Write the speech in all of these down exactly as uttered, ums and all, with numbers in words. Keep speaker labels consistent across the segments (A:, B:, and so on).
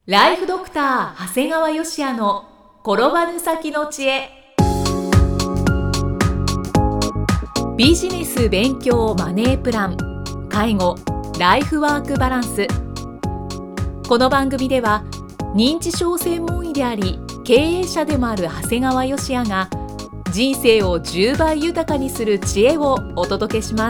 A: ライフドクター長谷川芳也の転ばぬ先の知恵。ビジネス勉強マネープラン、介護、ライフワークバランス。この番組では認知症専門医であり経営者でもある長谷川芳也が人生をじゅうばい豊かにする知恵をお届けします。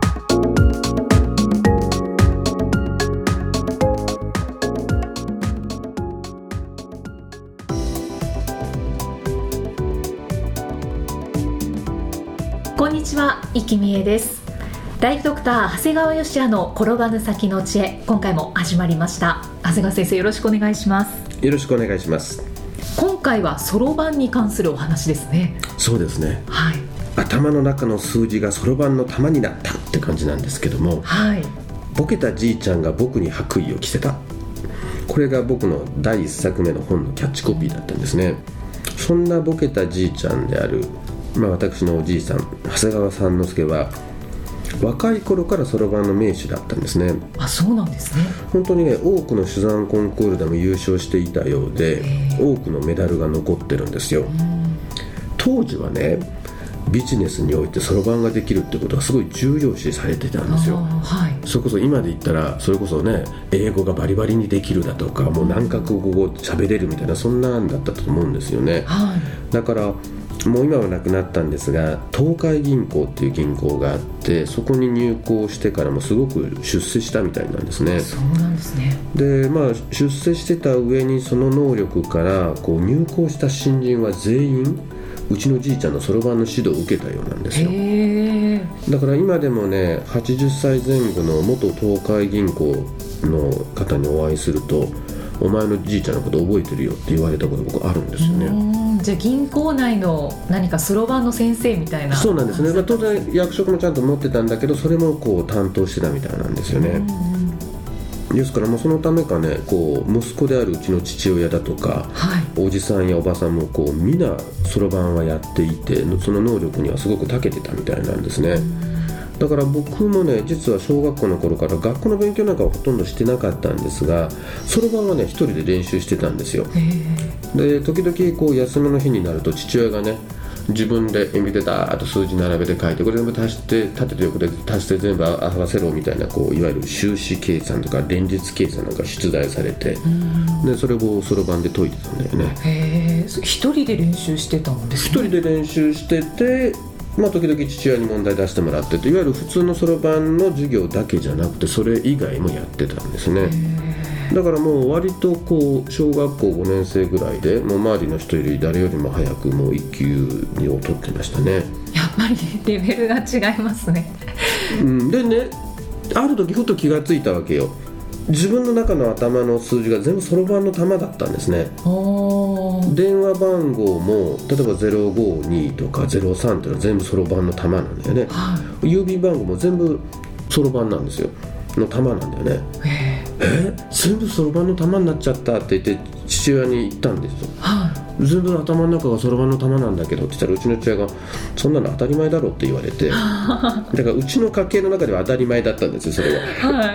A: こんにちは、生きみえです。ライフドクター長谷川芳也の転ばぬ先の知恵、今回も始まりました。長谷川先生、よろしくお願いします。
B: よろしくお願いします。
A: 今回はそろばんに関するお話ですね。
B: そうですね、
A: はい、
B: 頭の中の数字がそろばんの玉になったって感じなんですけども、
A: はい、
B: ボケたじいちゃんが僕に白衣を着せた、これが僕のだいいっさくめの本のキャッチコピーだったんですね。そんなボケたじいちゃんである、まあ、私のおじいさん長谷川三之助は若い頃からそろばんの名手だったんですね。
A: あ、そうなんですね。
B: 本当にね、多くの珠算コンクールでも優勝していたようで、多くのメダルが残ってるんですよ。当時はね、ビジネスにおいてそろばんができるってことはすごい重要視されてたんですよ。
A: はい、
B: それこそ今で言ったら、それこそね、英語がバリバリにできるだとか、もう何カ国語喋れるみたいな、そんなんだったと思うんですよね。
A: はい、
B: だからもう今はなくなったんですが、東海銀行っていう銀行があって、そこに入行してからもすごく出世したみたいなんですね。
A: そうなんですね。
B: で、まあ、出世してた上にその能力からこう入行した新人は全員うちのじいちゃんのそろばんの指導を受けたようなんですよ。
A: へー。
B: だから今でもね、はちじゅっさいぜん後の元東海銀行の方にお会いすると、お前のじいちゃんのこと覚えてるよって言われたこと僕あるんですよね。
A: うん、じゃあ銀行内の何かそろばんの先生みたいな。
B: そうなんですね、まあ、当然役職もちゃんと持ってたんだけど、それもこう担当してたみたいなんですよね。ですからもうそのためかね、こう息子であるうちの父親だとか、はい、おじさんやおばさんもこうみんなそろばんはやっていて、その能力にはすごく長けてたみたいなんですね。だから僕もね、実は小学校の頃から学校の勉強なんかはほとんどしてなかったんですが、そろばんはね一人で練習してたんですよ。で、時々こう休みの日になると父親がね、自分で鉛筆でダーッと数字並べて書いて、これ全部足して縦と横で足して全部合わせろみたいな、こういわゆる収支計算とか連日計算なんか出題されて、でそれをそろばんで解いてたんだよね。
A: へー、一人で練習してたんですね。
B: 一人で練習してて、まあ、時々父親に問題出してもらってて、いわゆる普通のそろばんの授業だけじゃなくてそれ以外もやってたんですね。だからもう割とこう小学校ごねん生ぐらいで、もう周りの人より誰よりも早くもういっ級を取ってましたね。
A: やっぱりレベルが違いますね。
B: うん、でね、ある時ふと気がついたわけよ。自分の中の頭の数字が全部そろばんの玉だったんですね。電話番号も例えばゼロごにとかゼロさんっていうのは全部そろばんの玉なんだよね。はい、郵便番号も全部そろばんなんですよ、の玉なんだよね。え全部そろばんの玉になっちゃったって言って父親に言ったんですよ。はい、全部頭の中がそろばんの玉なんだけどって言ったら、うちの父親がそんなの当たり前だろって言われてだからうちの家系の中では当たり前だったんですよ、それは。はい、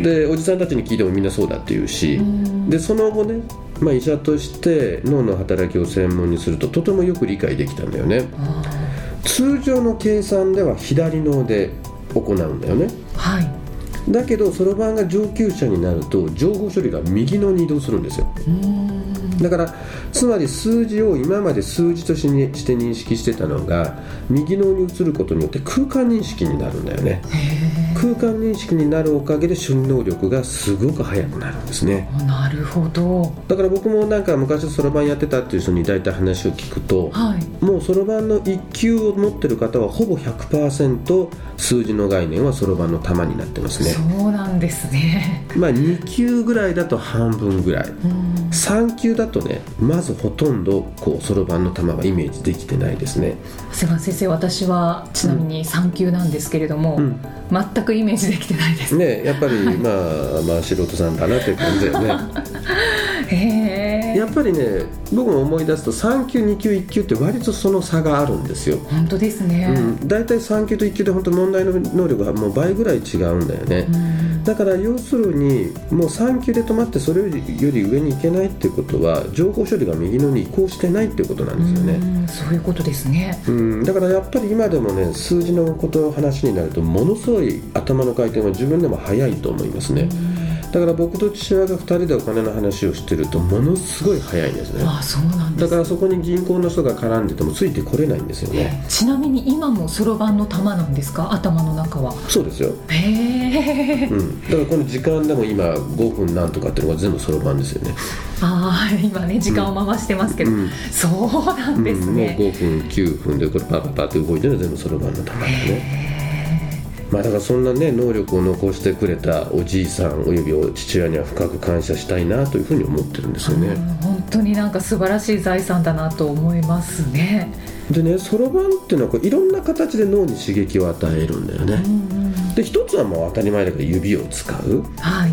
B: でおじさんたちに聞いてもみんなそうだって言うし、でその後ね、まあ、医者として脳の働きを専門にするととてもよく理解できたんだよね。通常の計算では左脳で行うんだよね。はい、だけどそろばんが上級者になると情報処理が右脳に移動するんですよ。うーん、だからつまり数字を今まで数字として認識してたのが右脳に移ることによって空間認識になるんだよね。空間認識になるおかげで処理能力がすごく速くなるんですね。
A: なるほど。
B: だから僕もなんか昔そろばんやってたっていう人に大体話を聞くと、はい、もうそろばんのいっ級を持ってる方はほぼ ひゃくパーセント 数字の概念はそろばんの玉になってますね。
A: そうなんですね。
B: まあに級ぐらいだと半分ぐらい、さん級だとね、まずほとんどこうそろばんの玉はイメージできてないですね。
A: 長谷川先生、私はちなみにさん級なんですけれども、うん、全くイメージできてないですね。
B: やっぱりまあ、まあ素人さんだなっていう感じだよね。
A: へ
B: やっぱりね僕も思い出すとさん級に級いっ級って割とその差があるんですよ。
A: 本当ですね、
B: うん、だいたいさん級といっ級で本当問題の能力がもう倍ぐらい違うんだよね、うん、だから要するにもうさん級で止まってそれより上に行けないっていうことは情報処理が右のに移行してないっていうことなんですよね。
A: うん、そういうことですね、
B: うん、だからやっぱり今でもね数字のことの話になるとものすごい頭の回転は自分でも早いと思いますね。うん、だから僕と父親がふたりでお金の話をしてるとものすごい早いんですね。
A: ああ、そうなんです。
B: だからそこに銀行の人が絡んでてもついてこれないんですよね。
A: ちなみに今もそろばんの玉なんですか、頭の中は。
B: そうですよ。
A: へー、
B: うん、だからこの時間でも今ごふんなんとかっていうのが全部そろばんですよね。あ
A: あ、今ね時間を回してますけど、うん、そうなんですね、
B: うん、もうごふんきゅうふんでこれパパパって動いてるのは全部そろばんの玉だね。まあ、だからそんなね能力を残してくれたおじいさんおよびお父親には深く感謝したいなというふうに思ってるんですよね。
A: 本当になんか素晴らしい財産だなと思いますね。
B: でねそろばんっていうのはこういろんな形で脳に刺激を与えるんだよね、うんうん、で一つはもう当たり前だけど指を使う、はい、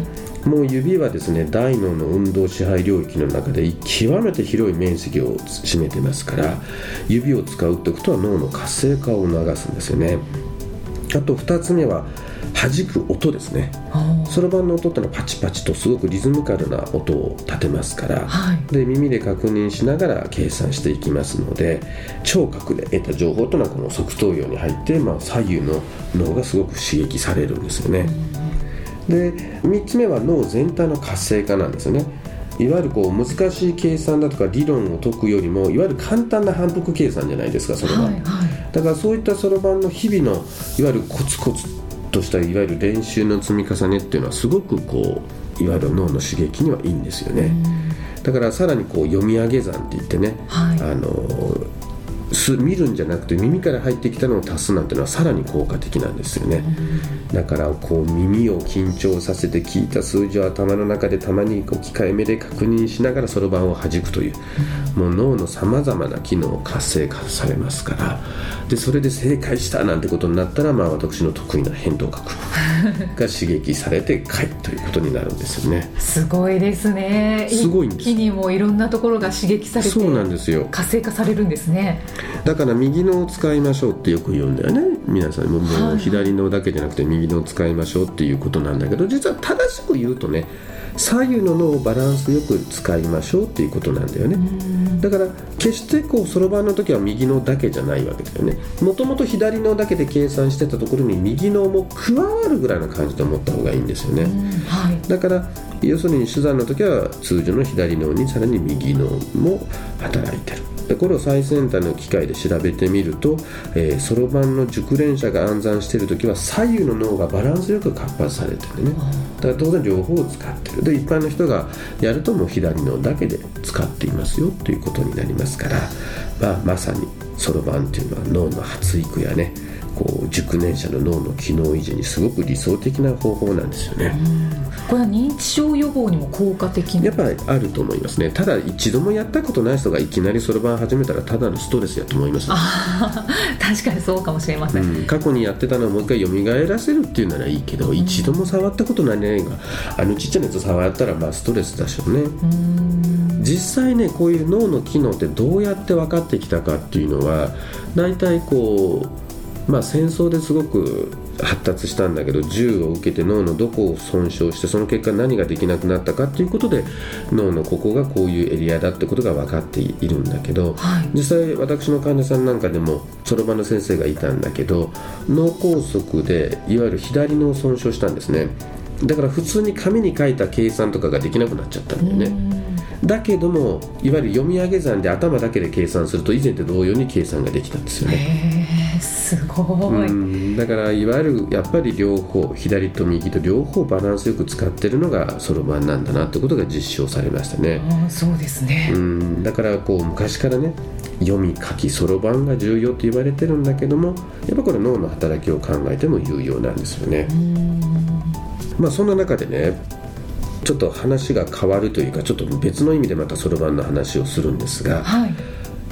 B: もう指はですね大脳の運動支配領域の中で極めて広い面積を占めてますから指を使うってことは脳の活性化を促すんですよね。あとふたつめは弾く音ですね。そろばんの音ってのはパチパチとすごくリズミカルな音を立てますから、はい、で耳で確認しながら計算していきますので聴覚で得た情報というのはこの側頭葉に入って、まあ、左右の脳がすごく刺激されるんですよね。でみっつめは脳全体の活性化なんですよね。いわゆるこう難しい計算だとか理論を解くよりもいわゆる簡単な反復計算じゃないですかそろばん、はいはい、だからそういったそろばんの日々のいわゆるコツコツとしたいわゆる練習の積み重ねっていうのはすごくこういわゆる脳の刺激にはいいんですよね。だからさらにこう読み上げ算って言ってね、はい、あの見るんじゃなくて耳から入ってきたのを足すなんてのはさらに効果的なんですよね。だからこう耳を緊張させて聞いた数字を頭の中でたまに置き換え目で確認しながらそろばんを弾くという、もう脳のさまざまな機能を活性化されますから、でそれで正解したなんてことになったら、まあ、私の得意な扁桃核が刺激されて快ということになるんですよね。
A: すごいですね。
B: すごいんです。
A: 一気にもいろんなところが刺激されて
B: そうなんですよ。
A: 活性化されるんですね。
B: だから右脳を使いましょうってよく言うんだよね皆さんも。もう左脳だけじゃなくて右脳を使いましょうっていうことなんだけど、実は正しく言うとね左右の脳をバランスよく使いましょうっていうことなんだよね。だから決してこうそろばんの時は右脳だけじゃないわけだよね。もともと左脳だけで計算してたところに右脳も加わるぐらいな感じで思った方がいいんですよね、はい、だから要するに手段の時は通常の左脳にさらに右脳も働いてる。でこれを最先端の機械で調べてみるとそろばんの熟練者が暗算しているときは左右の脳がバランスよく活発されてるね。だから当然両方を使ってる。で一般の人がやるともう左脳だけで使っていますよということになりますから、まあ、まさにそろばんというのは脳の発育やねこう熟練者の脳の機能維持にすごく理想的な方法なんですよね。
A: これは認知症予防にも効果的な
B: やっぱりあると思いますね。ただ一度もやったことない人がいきなりそろばん始めたらただのストレスやと思います、ね、
A: あ確かにそうかもしれません、
B: うん、過去にやってたのをもう一回蘇らせるっていうならいいけど、うん、一度も触ったことないねがあのちっちゃなやつ触ったらまあストレスだしょうね。うん実際ねこういう脳の機能ってどうやって分かってきたかっていうのは大体こうまあ戦争ですごく発達したんだけど銃を受けて脳のどこを損傷してその結果何ができなくなったかっていうことで脳のここがこういうエリアだってことが分かっているんだけど、はい、実際私の患者さんなんかでもそろばんの先生がいたんだけど脳梗塞でいわゆる左脳を損傷したんですね。だから普通に紙に書いた計算とかができなくなっちゃったんだよね。だけどもいわゆる読み上げ算で頭だけで計算すると以前と同様に計算ができたんですよね。
A: へーすごい。
B: うんだからいわゆるやっぱり両方左と右と両方バランスよく使ってるのがそろばんなんだなってことが実証されましたね。
A: あそうですね。
B: うんだからこう昔からね読み書きそろばんが重要と言われてるんだけどもやっぱこれ脳の働きを考えても有用なんですよね。うんまあそんな中でねちょっと話が変わるというかちょっと別の意味でまたそろばんの話をするんですが、はい、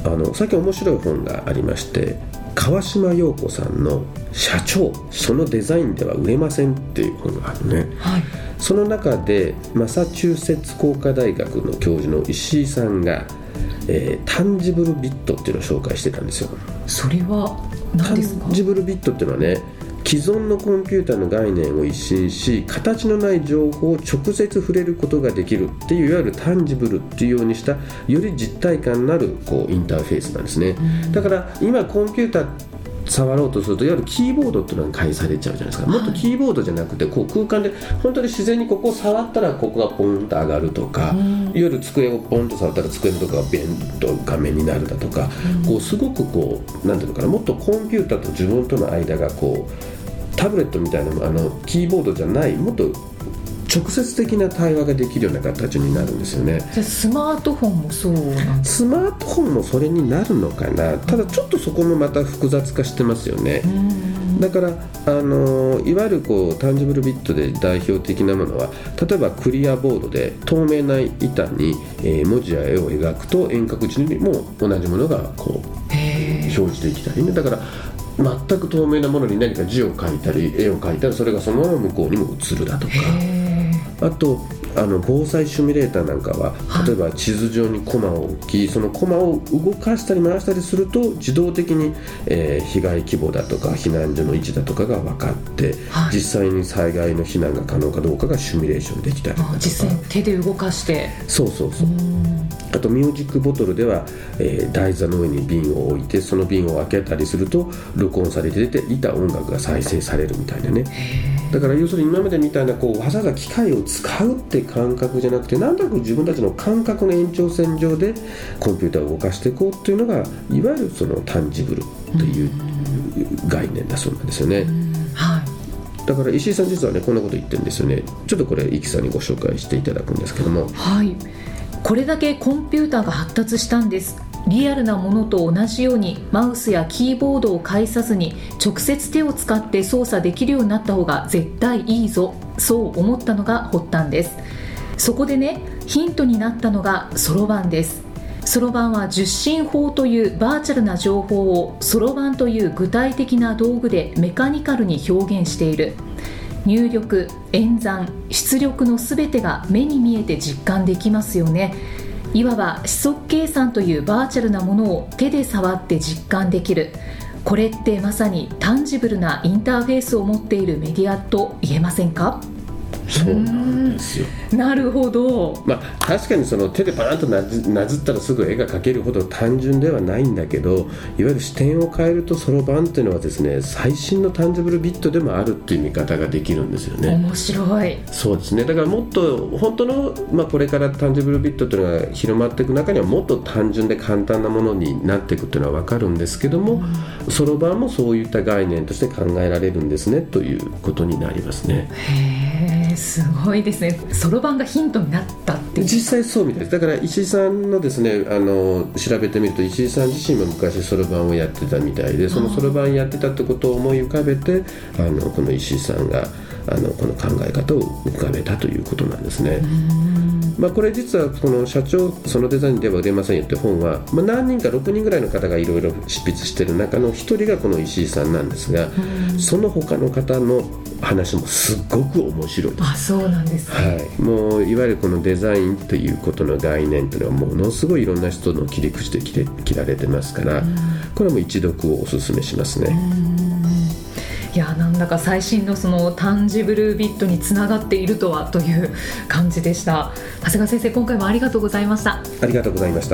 B: あの最近面白い本がありまして、川島陽子さんの社長、そのデザインでは売れませんっていう本があるね、はい、その中でマサチューセッツ工科大学の教授の石井さんが、えー、タンジブルビットっていうのを紹介してたんですよ。
A: それは何ですか？
B: タンジブルビットっていうのはね、既存のコンピューターの概念を一新し、形のない情報を直接触れることができるっていう、いわゆるタンジブルっていうようにしたより実体感のあるこうインターフェースなんですね。だから今コンピューター触ろうとすると、いわゆるキーボードっていうのが返されちゃうじゃないですか。もっとキーボードじゃなくて、こう空間で本当に自然にここを触ったらここがポンと上がるとか、いわゆる机をポンと触ったら机のとこがベンと画面になるだとか、こうすごくこうなんていうのかな、もっとコンピューターと自分との間がこうタブレットみたいなあのキーボードじゃない、もっと直接的な対話ができるような形になるんですよね。
A: じゃあスマートフォンもそうなんですか？
B: スマートフォンもそれになるのかな。ただちょっとそこもまた複雑化してますよね。だからあのいわゆるこうタンジブルビットで代表的なものは、例えばクリアボードで透明な板に、えー、文字や絵を描くと遠隔地にも同じものがこう表示できたりね。だから全く透明なものに何か字を書いたり絵を描いたら、それがそのまま向こうにも映るだとか、あとあの防災シミュレーターなんかは、例えば地図上にコマを置き、そのコマを動かしたり回したりすると自動的に、えー、被害規模だとか避難所の位置だとかが分かって、はい、実際に災害の避難が可能かどうかがシミュレーションできたりとか、
A: 実際に手で動かして、
B: そうそうそう、あとミュージックボトルでは、えー、台座の上に瓶を置いて、その瓶を開けたりすると録音されて出ていた音楽が再生されるみたいなね。だから要するに今までみたいなこうわざわざ機械を使うって感覚じゃなくて、なんとなく自分たちの感覚の延長線上でコンピューターを動かしていこうっていうのが、いわゆるそのタンジブルという概念だそうなんですよね。はい、だから石井さん実はねこんなこと言ってるんですよね。ちょっとこれイキさんにご紹介していただくんですけども、
A: はい、これだけコンピューターが発達したんです。リアルなものと同じようにマウスやキーボードを介さずに直接手を使って操作できるようになった方が絶対いいぞ、そう思ったのが発端です。そこでね、ヒントになったのがそろばんです。そろばんは受信法というバーチャルな情報をそろばんという具体的な道具でメカニカルに表現している。入力、演算、出力のすべてが目に見えて実感できますよね。いわば指則計算というバーチャルなものを手で触って実感できる。これってまさにタンジブルなインターフェースを持っているメディアと言えませんか？
B: そうなんですよ。
A: なるほど。
B: まあ、確かにその手でパーンとなず、なずったらすぐ絵が描けるほど単純ではないんだけど、いわゆる視点を変えるとそろばんというのはですね、最新のタンジブルビットでもあるっていう見方ができるんですよね。
A: 面白い。
B: そうですね。だからもっと本当の、まあ、これからタンジブルビットというのが広まっていく中にはもっと単純で簡単なものになっていくというのは分かるんですけども、そろばんもそういった概念として考えられるんですねということになりますね。
A: へー、すごいですね。そろばんがヒントになったっていう。
B: 実際そうみたいです。だから石井さんのですね、あの調べてみると石井さん自身も昔そろばんをやってたみたいで、そのそろばんやってたってことを思い浮かべて、あのこの石井さんがあのこの考え方を浮かべたということなんですね。まあ、これ実はこの社長そのデザインでは売れませんよって本は、まあ、何人かろくにんぐらいの方がいろいろ執筆している中のひとりがこの石井さんなんですが、その他の方の話もすっごく面白いです。
A: あ、そうなんですね。
B: はい、もういわゆるこのデザインということの概念というのはものすごいいろんな人の切り口で切られてますから、これはもう一読をお勧めしますね。
A: いや、なんだか最新のそのタンジブルビットにつながっているとはという感じでした。長谷川先生、今回もありがとうございました。
B: ありがとうございました。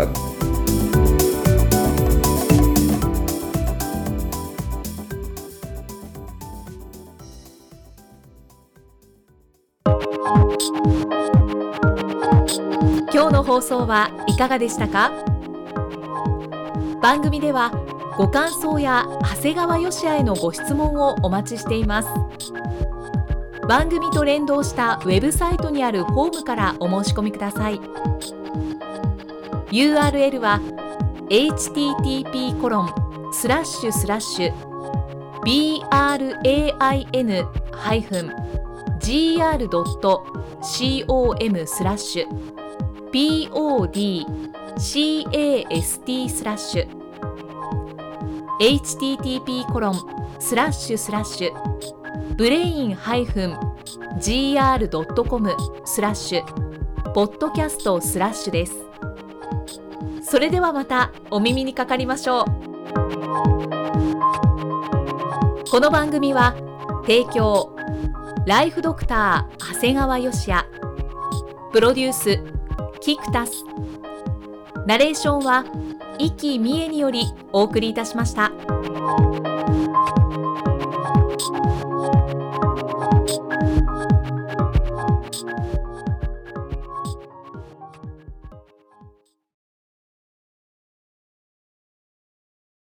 A: 今日の放送はいかがでしたか？番組ではご感想や長谷川芳也へのご質問をお待ちしています。番組と連動したウェブサイトにあるフォームからお申し込みください。 ユーアールエル は エイチティーティーピーコロンスラッシュスラッシュビーアールエーアイエヌハイフンジーアールドットコムスラッシュ ポッド cast スラッシュ http コロンスラッシュスラッシュブレイン -gr.com スラッシュポッドキャストスラッシュです。それではまたお耳にかかりましょう。この番組は提供ライフドクター長谷川芳也、プロデュースキクタス、ナレーションは生きみえによりお送りいたしました。